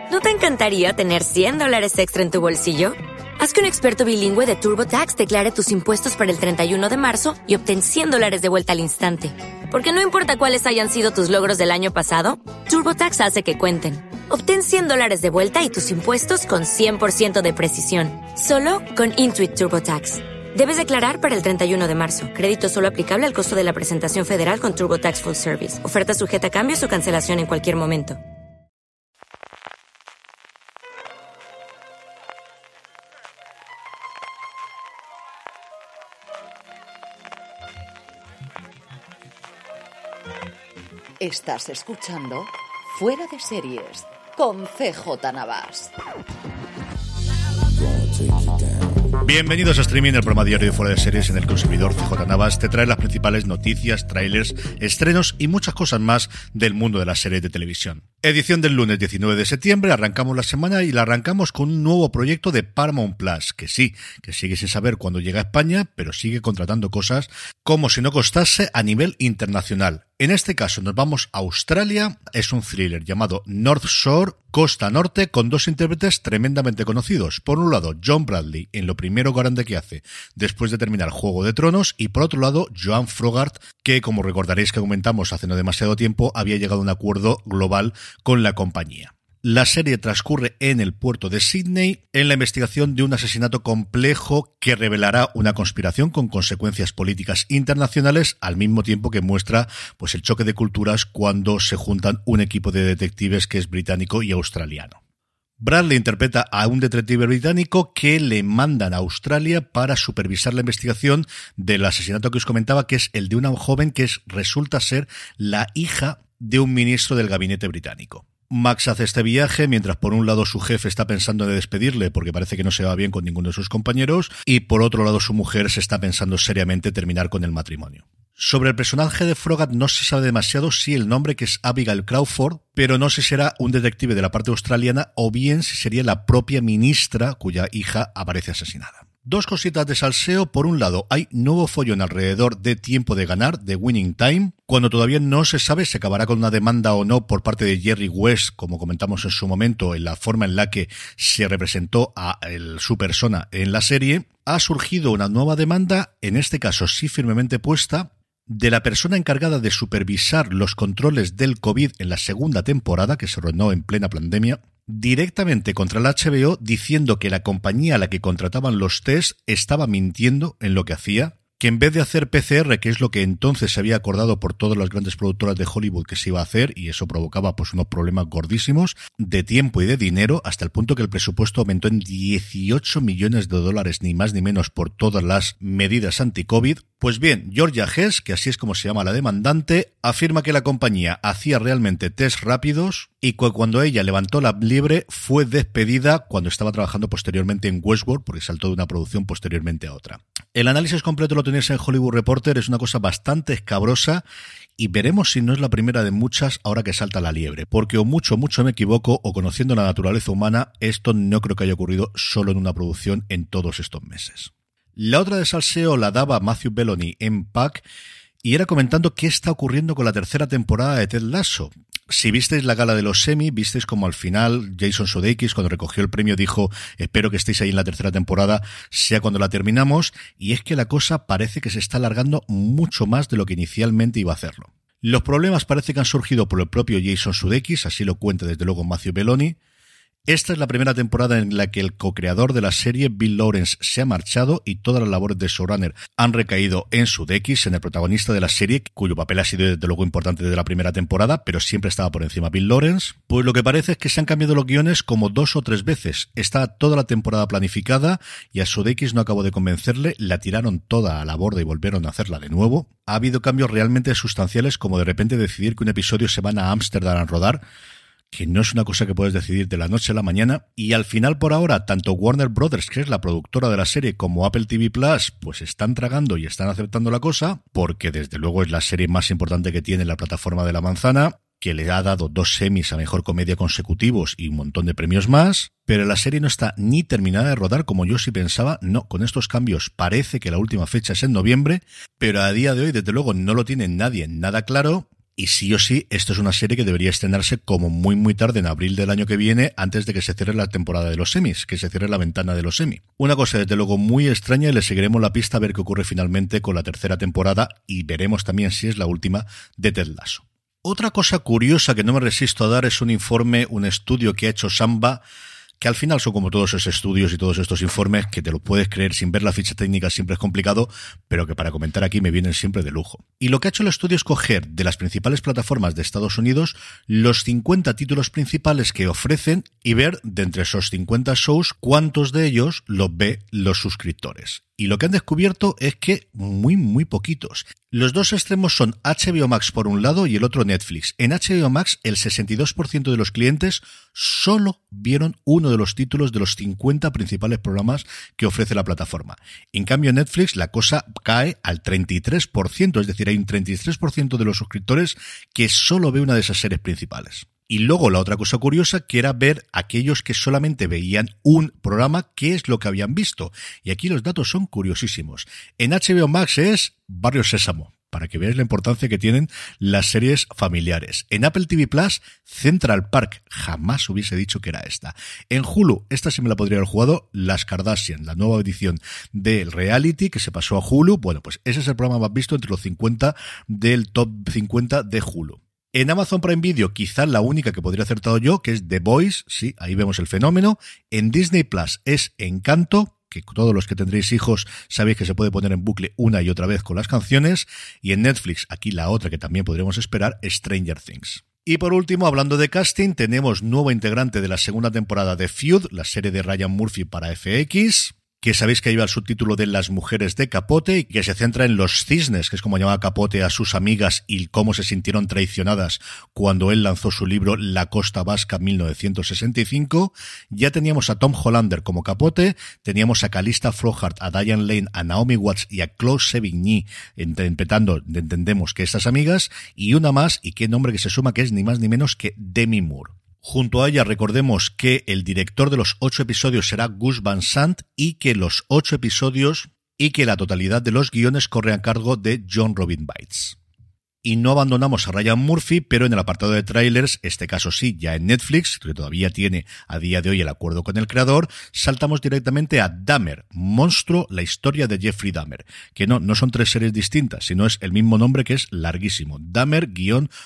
¿No te encantaría tener $100 extra en tu bolsillo? Haz que un experto bilingüe de TurboTax declare tus impuestos para el 31 de marzo y obtén $100 de vuelta al instante. Porque no importa cuáles hayan sido tus logros del año pasado, TurboTax hace que cuenten. Obtén $100 de vuelta y tus impuestos con 100% de precisión. Solo con Intuit TurboTax. Debes declarar para el 31 de marzo. Crédito solo aplicable al costo de la presentación federal con TurboTax Full Service. Oferta sujeta a cambios o cancelación en cualquier momento. Estás escuchando Fuera de Series con CJ Navas. Bienvenidos a Streaming, el programa diario de Fuera de Series en el que un servidor, CJ Navas, te trae las principales noticias, trailers, estrenos y muchas cosas más del mundo de las series de televisión. Edición del lunes 19 de septiembre, arrancamos la semana y la arrancamos con un nuevo proyecto de Paramount Plus, que sigue sin saber cuándo llega a España, pero sigue contratando cosas como si no costase a nivel internacional. En este caso nos vamos a Australia, es un thriller llamado North Shore, Costa Norte, con dos intérpretes tremendamente conocidos. Por un lado, John Bradley, en lo primero grande que hace después de terminar Juego de Tronos, y por otro lado, Joan Froggatt, que como recordaréis que comentamos hace no demasiado tiempo, había llegado a un acuerdo global con la compañía. La serie transcurre en el puerto de Sydney en la investigación de un asesinato complejo que revelará una conspiración con consecuencias políticas internacionales, al mismo tiempo que muestra pues el choque de culturas cuando se juntan un equipo de detectives que es británico y australiano. Bradley interpreta a un detective británico que le mandan a Australia para supervisar la investigación del asesinato que os comentaba, que es el de una joven que resulta ser la hija de un ministro del gabinete británico. Max hace este viaje mientras por un lado su jefe está pensando en despedirle porque parece que no se va bien con ninguno de sus compañeros y por otro lado su mujer se está pensando seriamente terminar con el matrimonio. Sobre el personaje de Froggatt no se sabe demasiado, sí el nombre, que es Abigail Crawford, pero no sé si será un detective de la parte australiana o bien si sería la propia ministra cuya hija aparece asesinada. Dos cositas de salseo. Por un lado, hay nuevo follón alrededor de Tiempo de Ganar, de Winning Time, cuando todavía no se sabe si acabará con una demanda o no por parte de Jerry West, como comentamos en su momento, en la forma en la que se representó a su persona en la serie. Ha surgido una nueva demanda, en este caso sí firmemente puesta, de la persona encargada de supervisar los controles del COVID en la segunda temporada, que se rodó en plena pandemia, directamente contra el HBO, diciendo que la compañía a la que contrataban los test estaba mintiendo en lo que hacía, que en vez de hacer PCR, que es lo que entonces se había acordado por todas las grandes productoras de Hollywood que se iba a hacer, y eso provocaba pues unos problemas gordísimos de tiempo y de dinero, hasta el punto que el presupuesto aumentó en $18 millones, ni más ni menos, por todas las medidas anti-COVID. Pues bien, Georgia Hess, que así es como se llama la demandante, afirma que la compañía hacía realmente test rápidos y que cuando ella levantó la liebre fue despedida cuando estaba trabajando posteriormente en Westworld, porque saltó de una producción posteriormente a otra. El análisis completo lo tenéis en Hollywood Reporter, es una cosa bastante escabrosa y veremos si no es la primera de muchas ahora que salta la liebre, porque o mucho me equivoco o conociendo la naturaleza humana, esto no creo que haya ocurrido solo en una producción en todos estos meses. La otra de salseo la daba Matthew Belloni en Pack y era comentando qué está ocurriendo con la tercera temporada de Ted Lasso. Si visteis la gala de los Emmy, visteis como al final Jason Sudeikis, cuando recogió el premio, dijo: espero que estéis ahí en la tercera temporada, sea cuando la terminamos, y es que la cosa parece que se está alargando mucho más de lo que inicialmente iba a hacerlo. Los problemas parece que han surgido por el propio Jason Sudeikis, así lo cuenta desde luego Matthew Belloni. Esta es la primera temporada en la que el co-creador de la serie, Bill Lawrence, se ha marchado y todas las labores de showrunner han recaído en Sudeikis, en el protagonista de la serie, cuyo papel ha sido desde luego importante desde la primera temporada, pero siempre estaba por encima Bill Lawrence. Pues lo que parece es que se han cambiado los guiones como 2 o 3 veces. Está toda la temporada planificada y a Sudeikis no acabó de convencerle, la tiraron toda a la borda y volvieron a hacerla de nuevo. Ha habido cambios realmente sustanciales, como de repente decidir que un episodio se van a Ámsterdam a rodar, que no es una cosa que puedes decidir de la noche a la mañana, y al final por ahora tanto Warner Brothers, que es la productora de la serie, como Apple TV Plus, pues están tragando y están aceptando la cosa, porque desde luego es la serie más importante que tiene la plataforma de la manzana, que le ha dado 2 Emmys a Mejor Comedia consecutivos y un montón de premios más, pero la serie no está ni terminada de rodar como yo sí pensaba. No, con estos cambios parece que la última fecha es en noviembre, pero a día de hoy desde luego no lo tiene nadie nada claro. y sí o sí, esto es una serie que debería estrenarse como muy muy tarde en abril del año que viene, antes de que se cierre la temporada de los Emmys, que se cierre la ventana de los Emmy. Una cosa desde luego muy extraña, y le seguiremos la pista a ver qué ocurre finalmente con la tercera temporada, y veremos también si es la última de Ted Lasso. Otra cosa curiosa que no me resisto a dar es un informe, un estudio que ha hecho Samba, que al final son como todos esos estudios y todos estos informes que te lo puedes creer sin ver la ficha técnica, siempre es complicado, pero que para comentar aquí me vienen siempre de lujo. Y lo que ha hecho el estudio es coger de las principales plataformas de Estados Unidos los 50 títulos principales que ofrecen y ver de entre esos 50 shows cuántos de ellos los ve los suscriptores. Y lo que han descubierto es que muy, muy poquitos. Los dos extremos son HBO Max por un lado y el otro Netflix. En HBO Max, el 62% de los clientes solo vieron uno de los títulos de los 50 principales programas que ofrece la plataforma. En cambio, en Netflix la cosa cae al 33%, es decir, hay un 33% de los suscriptores que solo ve una de esas series principales. Y luego la otra cosa curiosa, que era ver aquellos que solamente veían un programa, qué es lo que habían visto. Y aquí los datos son curiosísimos. En HBO Max es Barrio Sésamo, para que veáis la importancia que tienen las series familiares. En Apple TV Plus, Central Park, jamás hubiese dicho que era esta. En Hulu, esta sí me la podría haber jugado, Las Kardashian, la nueva edición del reality que se pasó a Hulu. Bueno, pues ese es el programa más visto entre los 50 del top 50 de Hulu. En Amazon Prime Video, quizá la única que podría acertado yo, que es The Boys, sí, ahí vemos el fenómeno. En Disney Plus es Encanto, que todos los que tendréis hijos sabéis que se puede poner en bucle una y otra vez con las canciones. Y en Netflix, aquí la otra que también podríamos esperar, Stranger Things. Y por último, hablando de casting, tenemos nuevo integrante de la segunda temporada de Feud, la serie de Ryan Murphy para FX, que sabéis que lleva el subtítulo de Las mujeres de Capote y que se centra en los cisnes, que es como llamaba Capote a sus amigas y cómo se sintieron traicionadas cuando él lanzó su libro La Costa Vasca 1965. Ya teníamos a Tom Hollander como Capote, teníamos a Calista Flockhart, a Diane Lane, a Naomi Watts y a Claude Sevigny interpretando, entendemos que estas amigas, y una más, y qué nombre que se suma, que es ni más ni menos que Demi Moore. Junto a ella recordemos que el director de los 8 episodios será Gus Van Sant y que los 8 episodios y que la totalidad de los guiones corre a cargo de John Robin Baitz. Y no abandonamos a Ryan Murphy, pero en el apartado de trailers, este caso sí, ya en Netflix, que todavía tiene a día de hoy el acuerdo con el creador, saltamos directamente a Dahmer, Monstruo, la historia de Jeffrey Dahmer, que no son 3 series distintas, sino es el mismo nombre, que es larguísimo. Dahmer, Monstruo, :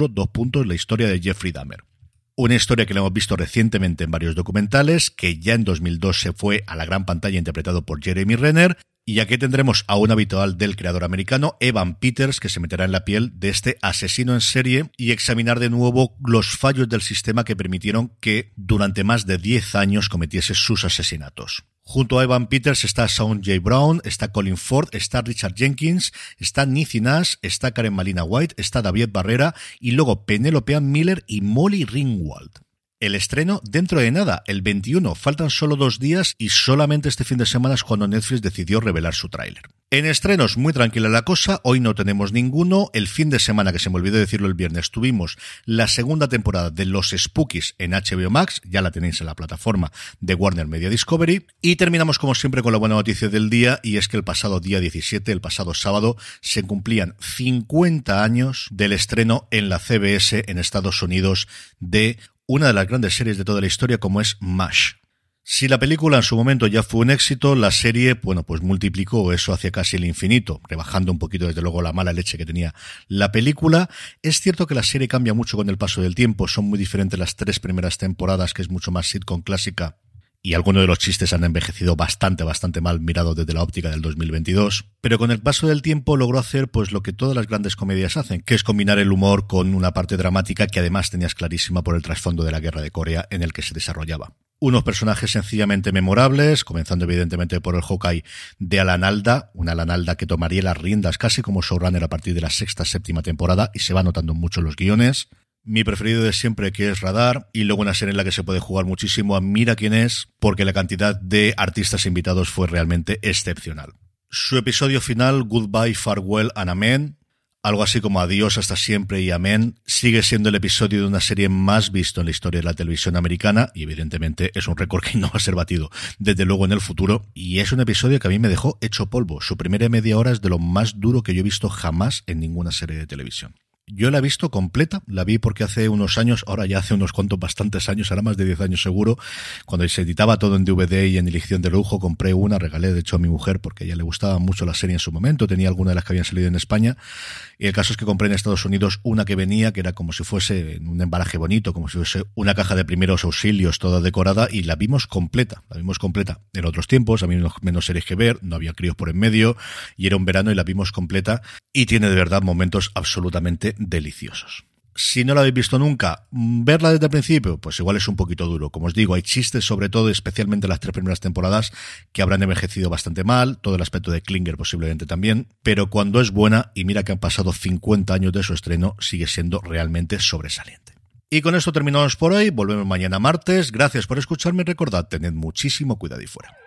la historia de Jeffrey Dahmer. Una historia que la hemos visto recientemente en varios documentales, que ya en 2002 se fue a la gran pantalla interpretado por Jeremy Renner, y aquí tendremos a un habitual del creador americano, Evan Peters, que se meterá en la piel de este asesino en serie y examinar de nuevo los fallos del sistema que permitieron que durante más de 10 años cometiese sus asesinatos. Junto a Evan Peters está Shaun J. Brown, está Colin Ford, está Richard Jenkins, está Niecy Nash, está Karen Malina White, está David Barrera y luego Penelope Ann Miller y Molly Ringwald. El estreno dentro de nada, el 21, faltan solo 2 días y solamente este fin de semana es cuando Netflix decidió revelar su tráiler. En estrenos, muy tranquila la cosa, hoy no tenemos ninguno. El fin de semana, que se me olvidó decirlo el viernes, tuvimos la segunda temporada de Los Spookies en HBO Max, ya la tenéis en la plataforma de Warner Media Discovery, y terminamos como siempre con la buena noticia del día, y es que el pasado día 17, el pasado sábado, se cumplían 50 años del estreno en la CBS en Estados Unidos de una de las grandes series de toda la historia, como es MASH. Si la película en su momento ya fue un éxito, la serie, bueno, pues multiplicó eso hacia casi el infinito, rebajando un poquito desde luego la mala leche que tenía la película. Es cierto que la serie cambia mucho con el paso del tiempo, son muy diferentes las 3 primeras temporadas, que es mucho más sitcom clásica, y algunos de los chistes han envejecido bastante mal mirado desde la óptica del 2022, pero con el paso del tiempo logró hacer pues lo que todas las grandes comedias hacen, que es combinar el humor con una parte dramática que además tenías clarísima por el trasfondo de la guerra de Corea en el que se desarrollaba. Unos personajes sencillamente memorables, comenzando evidentemente por el Hawkeye de Alan Alda, un Alan Alda que tomaría las riendas casi como showrunner a partir de la 6ª, 7ª temporada y se va notando mucho en los guiones. Mi preferido de siempre, que es Radar, y luego una serie en la que se puede jugar muchísimo a Mira quién es, porque la cantidad de artistas invitados fue realmente excepcional. Su episodio final, Goodbye, Farewell and Amen, algo así como Adiós hasta siempre y Amén, sigue siendo el episodio de una serie más visto en la historia de la televisión americana, y evidentemente es un récord que no va a ser batido desde luego en el futuro, y es un episodio que a mí me dejó hecho polvo. Su primera media hora es de lo más duro que yo he visto jamás en ninguna serie de televisión. Yo la he visto completa, la vi porque hace unos años, ahora ya hace unos cuantos, bastantes años, ahora más de 10 años seguro, cuando se editaba todo en DVD y en edición de lujo, compré una, regalé de hecho a mi mujer porque a ella le gustaba mucho la serie en su momento, tenía alguna de las que habían salido en España, y el caso es que compré en Estados Unidos una que venía, que era como si fuese en un embalaje bonito, como si fuese una caja de primeros auxilios toda decorada, y la vimos completa. En otros tiempos, a mí menos series que ver, no había críos por en medio, y era un verano y la vimos completa, y tiene de verdad momentos absolutamente deliciosos. Si no la habéis visto nunca, verla desde el principio, pues igual es un poquito duro. Como os digo, hay chistes, sobre todo, especialmente las 3 primeras temporadas, que habrán envejecido bastante mal, todo el aspecto de Klinger posiblemente también, pero cuando es buena, y mira que han pasado 50 años de su estreno, sigue siendo realmente sobresaliente. Y con esto terminamos por hoy, volvemos mañana martes. Gracias por escucharme y recordad, tened muchísimo cuidado y fuera.